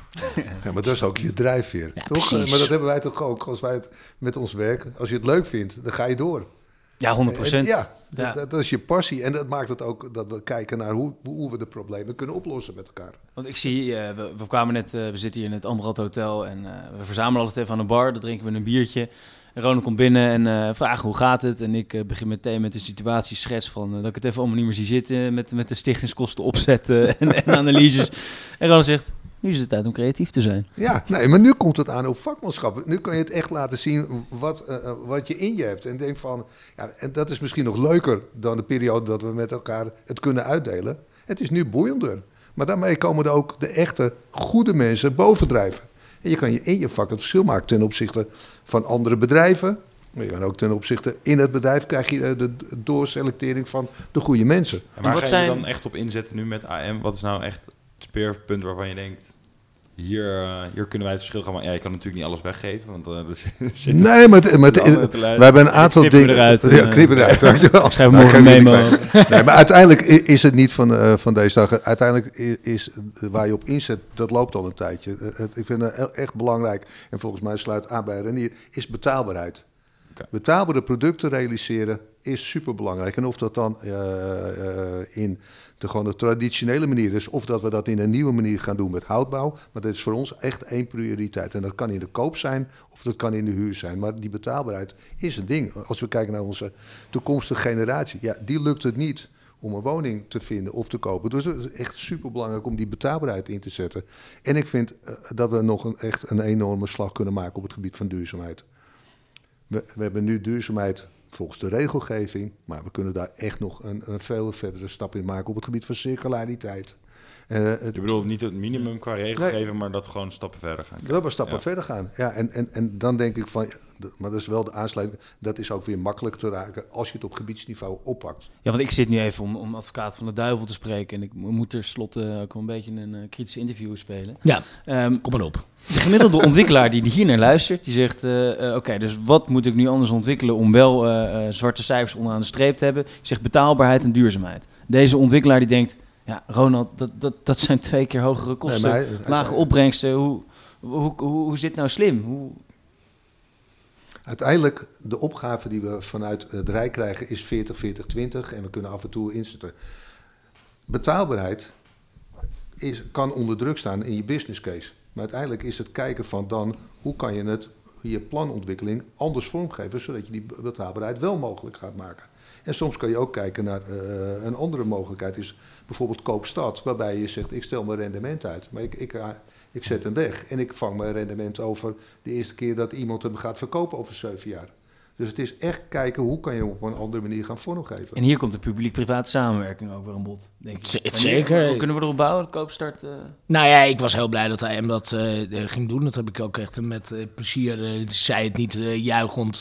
Ja, maar dat is ook je drijfveer, ja, toch? Precies. Maar dat hebben wij toch ook als wij het met ons werk... Als je het leuk vindt, dan ga je door. Ja, 100%. Dat is je passie. En dat maakt het ook dat we kijken naar hoe we de problemen kunnen oplossen met elkaar. Want ik zie, we kwamen net... we zitten hier in het Amrad Hotel en we verzamelen altijd even aan de bar. Dan drinken we een biertje. En Ronald komt binnen en vraagt hoe gaat het. En ik begin meteen met een situatieschets van... dat ik het even allemaal niet meer zie zitten met de stichtingskosten opzetten en analyses. En Ronald zegt... Nu is het tijd om creatief te zijn. Ja, nee, maar nu komt het aan op vakmanschap. Nu kan je het echt laten zien wat je in je hebt. En denk van, ja, en dat is misschien nog leuker dan de periode dat we met elkaar het kunnen uitdelen. Het is nu boeiender. Maar daarmee komen er ook de echte goede mensen bovendrijven. En je kan je in je vak het verschil maken ten opzichte van andere bedrijven. Maar je kan ook ten opzichte in het bedrijf krijg je de doorselectering van de goede mensen. En waar ga je dan echt op inzetten nu met AM? Wat is nou echt het speerpunt waarvan je denkt... Hier kunnen wij het verschil gaan maken. Ja, je kan natuurlijk niet alles weggeven, want nee, maar we hebben een aantal dingen eruit. Ja, knippen eruit. Schrijf morgen een memo. Nee, maar uiteindelijk is het niet van deze dag. Uiteindelijk is waar je op inzet, dat loopt al een tijdje. Ik vind het echt belangrijk, en volgens mij sluit aan bij Reinier, is betaalbaarheid. Okay. Betaalbare producten realiseren is superbelangrijk. En of dat dan in gewoon de traditionele manier is, of dat we dat in een nieuwe manier gaan doen met houtbouw. Maar dat is voor ons echt één prioriteit. En dat kan in de koop zijn, of dat kan in de huur zijn. Maar die betaalbaarheid is een ding. Als we kijken naar onze toekomstige generatie, ja, die lukt het niet om een woning te vinden of te kopen. Dus het is echt superbelangrijk om die betaalbaarheid in te zetten. En ik vind dat we nog echt een enorme slag kunnen maken op het gebied van duurzaamheid. We hebben nu duurzaamheid volgens de regelgeving, maar we kunnen daar echt nog een veel verdere stap in maken op het gebied van circulariteit. Je bedoelt niet het minimum qua regelgeving, maar dat we gewoon stappen verder gaan. Dat we stappen verder gaan, ja. En dan denk ik van, maar dat is wel de aansluiting, dat is ook weer makkelijk te raken als je het op gebiedsniveau oppakt. Ja, want ik zit nu even om advocaat van de duivel te spreken en ik moet ter slotte ook een beetje een kritische interview spelen. Ja, kom maar op. De gemiddelde ontwikkelaar die hier naar luistert, die zegt... Oké, dus wat moet ik nu anders ontwikkelen om wel zwarte cijfers onderaan de streep te hebben? Je zegt betaalbaarheid en duurzaamheid. Deze ontwikkelaar die denkt... Ja, Ronald, dat zijn 2 keer hogere kosten, nee, lage opbrengsten. Hoe zit nou slim? Uiteindelijk, de opgave die we vanuit het Rijk krijgen is 40-40-20 en we kunnen af en toe inzetten. Betaalbaarheid kan onder druk staan in je business case. Maar uiteindelijk is het kijken van dan, hoe kan je je planontwikkeling anders vormgeven, zodat je die betaalbaarheid wel mogelijk gaat maken. En soms kan je ook kijken naar een andere mogelijkheid, is bijvoorbeeld koopstad, waarbij je zegt, ik stel mijn rendement uit. Maar Ik zet hem weg en ik vang mijn rendement over de eerste keer dat iemand hem gaat verkopen over 7 jaar. Dus het is echt kijken hoe kan je hem op een andere manier gaan vormgeven. En hier komt de publiek-private samenwerking ook weer aan bod, denk ik. Zeker. Hoe kunnen we erop bouwen, de koopstart? Nou ja, ik was heel blij dat hij hem dat ging doen. Dat heb ik ook echt met plezier, zei het niet juichend,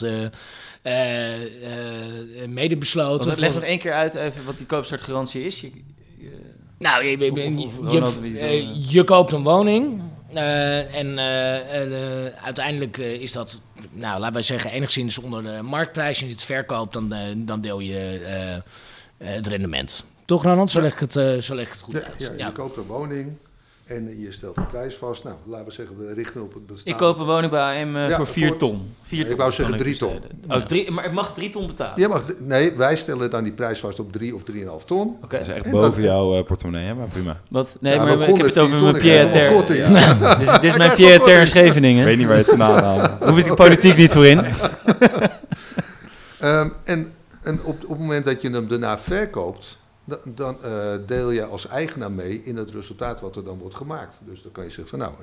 mede besloten. Leg nog 1 keer uit even wat die koopstartgarantie is. Je koopt een woning uiteindelijk is dat, laten wij zeggen, enigszins onder de marktprijs. Als je het verkoopt, dan deel je het rendement. Toch, Ronald? Zo leg ik het goed uit. Ja, je koopt een woning en je stelt de prijs vast. Nou, laten we zeggen, we richten op het bestaan. Ik koop een woning bij AM voor 4 ton. 4 ton. Ik wou zeggen 3 ton. Maar ik mag 3 ton betalen? Wij stellen dan die prijs vast op 3 of 3,5 ton. Dat is echt boven jouw portemonnee, hè? Maar prima. Wat? Nee, maar ik heb het over mijn Pierre-Terre. Dit is mijn Pierre-Terre Scheveningen. Ik weet niet waar je het vandaan haalt. Hoef ik de politiek niet voor in. En op het moment dat je hem daarna verkoopt, dan deel je als eigenaar mee in het resultaat wat er dan wordt gemaakt. Dus dan kan je zeggen van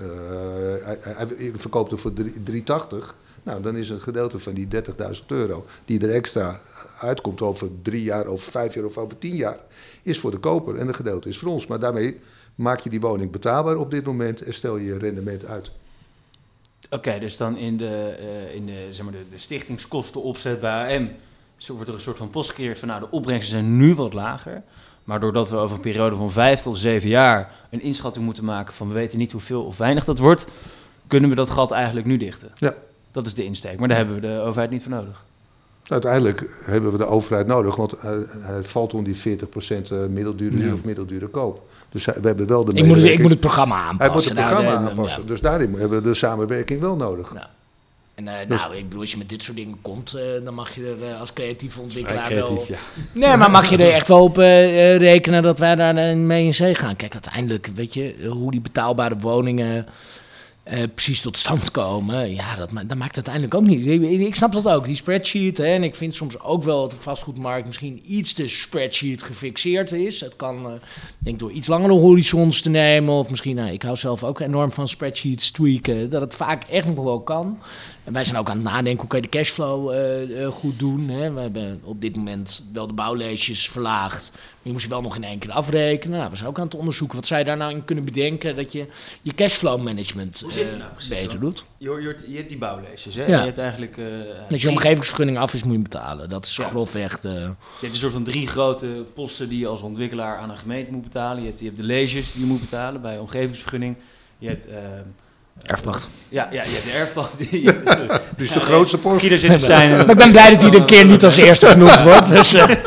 hij verkoopt hem voor 380. Nou, dan is een gedeelte van die €30.000 die er extra uitkomt over 3 jaar, over 5 jaar of over 10 jaar, is voor de koper en een gedeelte is voor ons. Maar daarmee maak je die woning betaalbaar op dit moment en stel je rendement uit. Oké, dus dan in de stichtingskosten opzet bij AM... Zo wordt er een soort van post gecreëerd van de opbrengsten zijn nu wat lager. Maar doordat we over een periode van 5 tot 7 jaar een inschatting moeten maken van we weten niet hoeveel of weinig dat wordt, kunnen we dat gat eigenlijk nu dichten. Ja. Dat is de insteek, maar daar hebben we de overheid niet voor nodig. Uiteindelijk hebben we de overheid nodig, want hij valt onder die 40% middeldure huur of middeldure koop. Dus we hebben wel de ik moet het programma aanpassen. Hij moet het programma aanpassen, dus daarin hebben we de samenwerking wel nodig. Ja. En ik bedoel, als je met dit soort dingen komt, dan mag je er als creatieve ontwikkelaar wel... Ja. Nee, maar mag je er echt wel op rekenen dat wij daar mee in zee gaan. Kijk, uiteindelijk, weet je, hoe die betaalbare woningen precies tot stand komen, ja, dat maakt uiteindelijk ook niet. Ik snap dat ook, die spreadsheet. Hè, en ik vind soms ook wel dat de vastgoedmarkt misschien iets te spreadsheet gefixeerd is. Het kan, denk door iets langere horizons te nemen. Of misschien, ik hou zelf ook enorm van spreadsheets tweaken. Dat het vaak echt nog wel kan. En wij zijn ook aan het nadenken, hoe kan je de cashflow goed doen. Hè? We hebben op dit moment wel de bouwleesjes verlaagd. Maar je moest je wel nog in 1 keer afrekenen. Nou, we zijn ook aan het onderzoeken wat zij daar nou in kunnen bedenken. Dat je cashflow management beter doet. Je hebt die bouwleesjes, hè? Ja. Je hebt eigenlijk... als je omgevingsvergunning af is, moet je hem betalen. Dat is grofweg... Je hebt een soort van 3 grote posten die je als ontwikkelaar aan een gemeente moet betalen. Je hebt de leesjes die je moet betalen bij omgevingsvergunning. Je hebt... erfpacht. Ja, je hebt de erfpacht. Dus de grootste post. Maar ik ben blij dat hij er een keer niet als eerste genoemd wordt. Dus,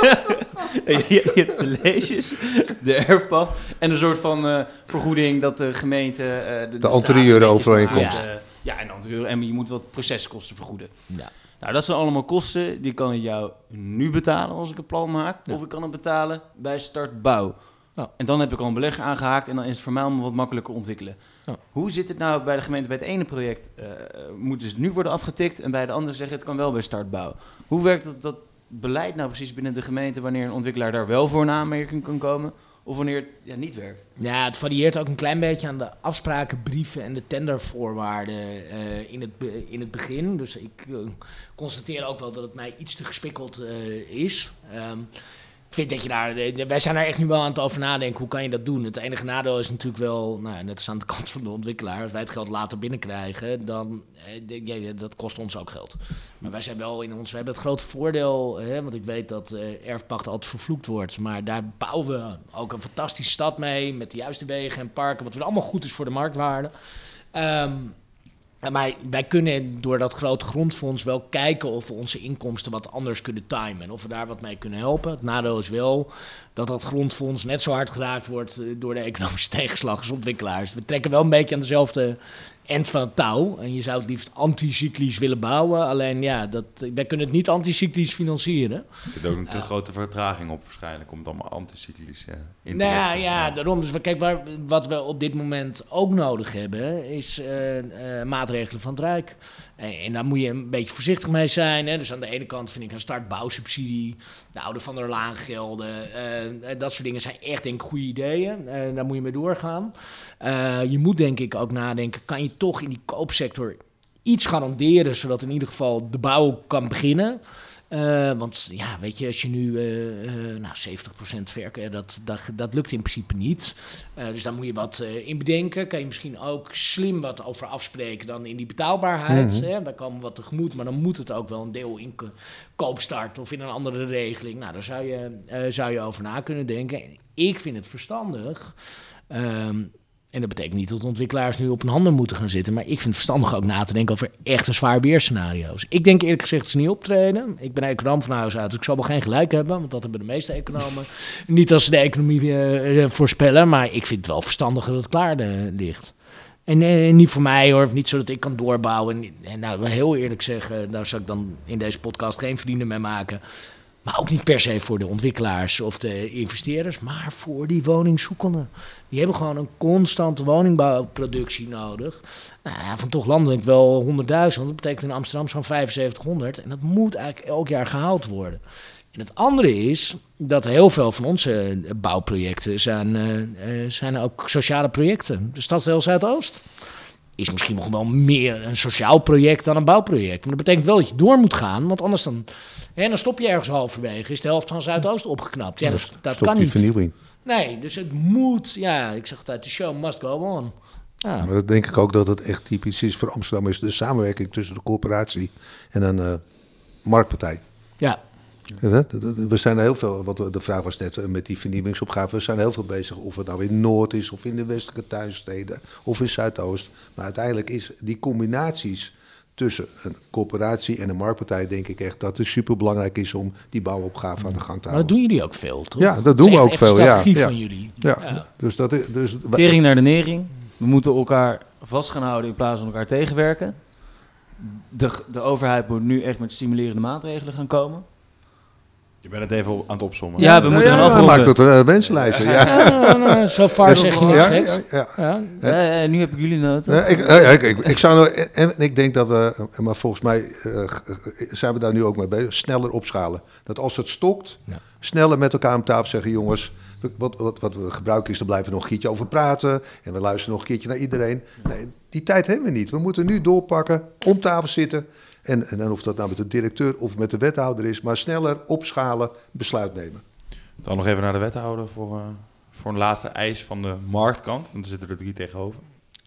je hebt de leesjes, de erfpacht en een soort van vergoeding dat de gemeente... de interieurovereenkomst. En de interieur, en je moet wat proceskosten vergoeden. Ja. Nou, dat zijn allemaal kosten, die kan ik jou nu betalen als ik een plan maak. Ja. Of ik kan het betalen bij start bouw. Nou, en dan heb ik al een belegger aangehaakt en dan is het voor mij allemaal wat makkelijker ontwikkelen. Ja. Hoe zit het nou bij de gemeente? Bij het ene project moet dus nu worden afgetikt en bij de andere zeggen het kan wel bij startbouw. Hoe werkt dat beleid nou precies binnen de gemeente wanneer een ontwikkelaar daar wel voor een aanmerking kan komen of wanneer het niet werkt? Ja, het varieert ook een klein beetje aan de afsprakenbrieven en de tendervoorwaarden in het begin. Dus ik constateer ook wel dat het mij iets te gespikkeld is. Ik vind dat wij zijn daar echt nu wel aan het over nadenken, hoe kan je dat doen? Het enige nadeel is natuurlijk wel, net als aan de kant van de ontwikkelaar, als wij het geld later binnenkrijgen, dan dat kost ons ook geld. Maar wij zijn wel we hebben het grote voordeel, want ik weet dat erfpacht altijd vervloekt wordt, maar daar bouwen we ook een fantastische stad mee, met de juiste wegen en parken, wat weer allemaal goed is voor de marktwaarde. Maar wij kunnen door dat grote grondfonds wel kijken of we onze inkomsten wat anders kunnen timen. En of we daar wat mee kunnen helpen. Het nadeel is wel dat dat grondfonds net zo hard geraakt wordt door de economische tegenslag als ontwikkelaars. We trekken wel een beetje aan dezelfde eind van het touw. En je zou het liefst anticyclisch willen bouwen. Alleen wij kunnen het niet anticyclisch financieren. Er zit ook een te grote vertraging op waarschijnlijk. Om het allemaal anticyclisch in te Nou richten. ja, daarom. Dus wat we op dit moment ook nodig hebben, is maatregelen van het Rijk. En daar moet je een beetje voorzichtig mee zijn. Hè. Dus aan de ene kant vind ik een startbouwsubsidie, de oude Van der Laan gelden. Dat soort dingen zijn echt, denk ik, goede ideeën. Daar moet je mee doorgaan. Je moet, denk ik, ook nadenken, kan je toch in die koopsector iets garanderen, zodat in ieder geval de bouw kan beginnen. Want ja, weet je, als je nu 70% verkoopt, dat lukt in principe niet. Dus daar moet je wat in bedenken. Kan je misschien ook slim wat over afspreken dan in die betaalbaarheid. Mhm. Wij komen wat tegemoet, maar dan moet het ook wel een deel in koopstart of in een andere regeling. Nou, daar zou je over na kunnen denken. En ik vind het verstandig. En dat betekent niet dat ontwikkelaars nu op hun handen moeten gaan zitten. Maar ik vind het verstandig ook na te denken over echte zwaar weerscenario's. Ik denk eerlijk gezegd, het is niet optreden. Ik ben econoom van huis uit, dus ik zal wel geen gelijk hebben. Want dat hebben de meeste economen. Niet als ze de economie voorspellen. Maar ik vind het wel verstandig dat het klaar ligt. En niet voor mij hoor, of niet zodat ik kan doorbouwen. En nou, heel eerlijk zeggen, daar zou ik dan in deze podcast geen vrienden mee maken. Maar ook niet per se voor de ontwikkelaars of de investeerders, maar voor die woningzoekenden. Die hebben gewoon een constante woningbouwproductie nodig. Nou ja, van toch landelijk wel 100.000. Dat betekent in Amsterdam zo'n 7500. En dat moet eigenlijk elk jaar gehaald worden. En het andere is dat heel veel van onze bouwprojecten zijn ook sociale projecten. De Stadsdeel Zuidoost is misschien nog wel meer een sociaal project dan een bouwproject. Maar dat betekent wel dat je door moet gaan, want anders dan stop je ergens halverwege. Is de helft van Zuidoost opgeknapt. Ja, dat kan niet. Vernieuwing. Nee, dus het moet, ik zeg altijd, de show must go on. Ja. Maar dat denk ik ook dat het echt typisch is voor Amsterdam, is de samenwerking tussen de corporatie en een marktpartij. Ja. We zijn heel veel, de vraag was net met die vernieuwingsopgave, we zijn heel veel bezig of het nou in Noord is of in de westelijke tuinsteden of in Zuidoost. Maar uiteindelijk is die combinaties tussen een corporatie en een marktpartij, denk ik echt dat het superbelangrijk is om die bouwopgave aan de gang te houden. Maar dat doen jullie ook veel, toch? Ja, dat doen we ook veel. Dat is echt de strategie ja. van jullie. Ja. Dus Tering naar de nering. We moeten elkaar vast gaan houden in plaats van elkaar tegenwerken. De overheid moet nu echt met stimulerende maatregelen gaan komen. Je bent het even aan het opzommen. Ja, we moeten gaan hij afronden. maakt het wenslijsten. Ja. Zo far zeg je niks geks. Ja. Nu heb ik jullie noten. Ik denk dat we, maar volgens mij zijn we daar nu ook mee bezig, sneller opschalen. Dat als het stokt, sneller met elkaar om tafel zeggen, jongens, wat we gebruiken is, daar blijven we nog een keertje over praten. En we luisteren nog een keertje naar iedereen. Nee, die tijd hebben we niet. We moeten nu doorpakken, om tafel zitten. En dan of dat nou met de directeur of met de wethouder is, maar sneller opschalen, besluit nemen. Dan nog even naar de wethouder voor een laatste eis van de marktkant. Want er zitten er 3 tegenover.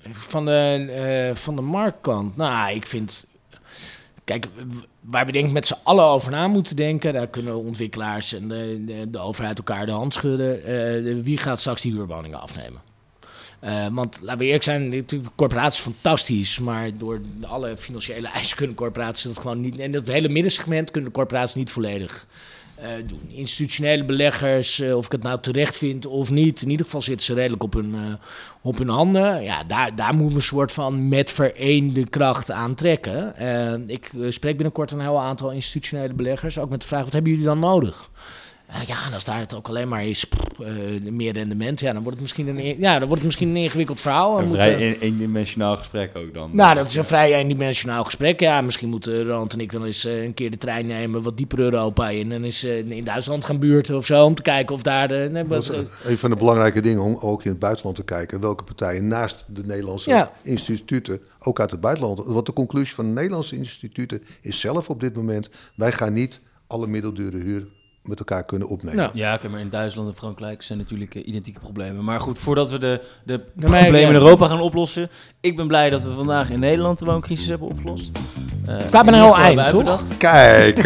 Van de marktkant. Nou, ik vind, kijk, waar we denk ik met z'n allen over na moeten denken, daar kunnen ontwikkelaars en de overheid elkaar de hand schudden. Wie gaat straks die huurwoningen afnemen? Want laten we eerlijk zijn, natuurlijk, corporaties fantastisch, maar door alle financiële eisen kunnen corporaties dat gewoon niet. En dat hele middensegment kunnen de corporaties niet volledig doen. Institutionele beleggers, of ik het nou terecht vind of niet, in ieder geval zitten ze redelijk op hun handen. Ja, daar moeten we een soort van met vereende kracht aan trekken. Ik spreek binnenkort een heel aantal institutionele beleggers, ook met de vraag, wat hebben jullie dan nodig? En als daar het ook alleen maar is meer rendement, dan wordt het misschien een ingewikkeld verhaal. Een vrij eendimensionaal gesprek ook dan. Nou, dat is een vrij eendimensionaal gesprek. Ja, misschien moeten Roland en ik dan eens een keer de trein nemen, wat dieper Europa in. En eens in Duitsland gaan buurten of zo, om te kijken of daar een van de belangrijke dingen om ook in het buitenland te kijken, welke partijen naast de Nederlandse instituten, ook uit het buitenland. Want de conclusie van de Nederlandse instituten is zelf op dit moment, wij gaan niet alle middeldure huur met elkaar kunnen opnemen. Ja, maar in Duitsland en Frankrijk zijn natuurlijk identieke problemen. Maar goed, voordat we de problemen in Europa gaan oplossen, ik ben blij dat we vandaag in Nederland de wooncrisis hebben opgelost. Het gaat me een heel eind, toch? Kijk,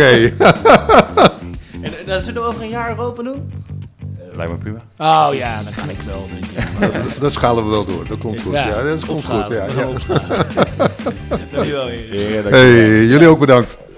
En dat zullen we over een jaar Europa doen? Lijkt me prima. Oh ja, dan kan ik wel, denk ik. Dat schalen we wel door. Dat komt goed. Ja, dat komt goed. Ja. Dankjewel, heren. Hey, jullie ook bedankt.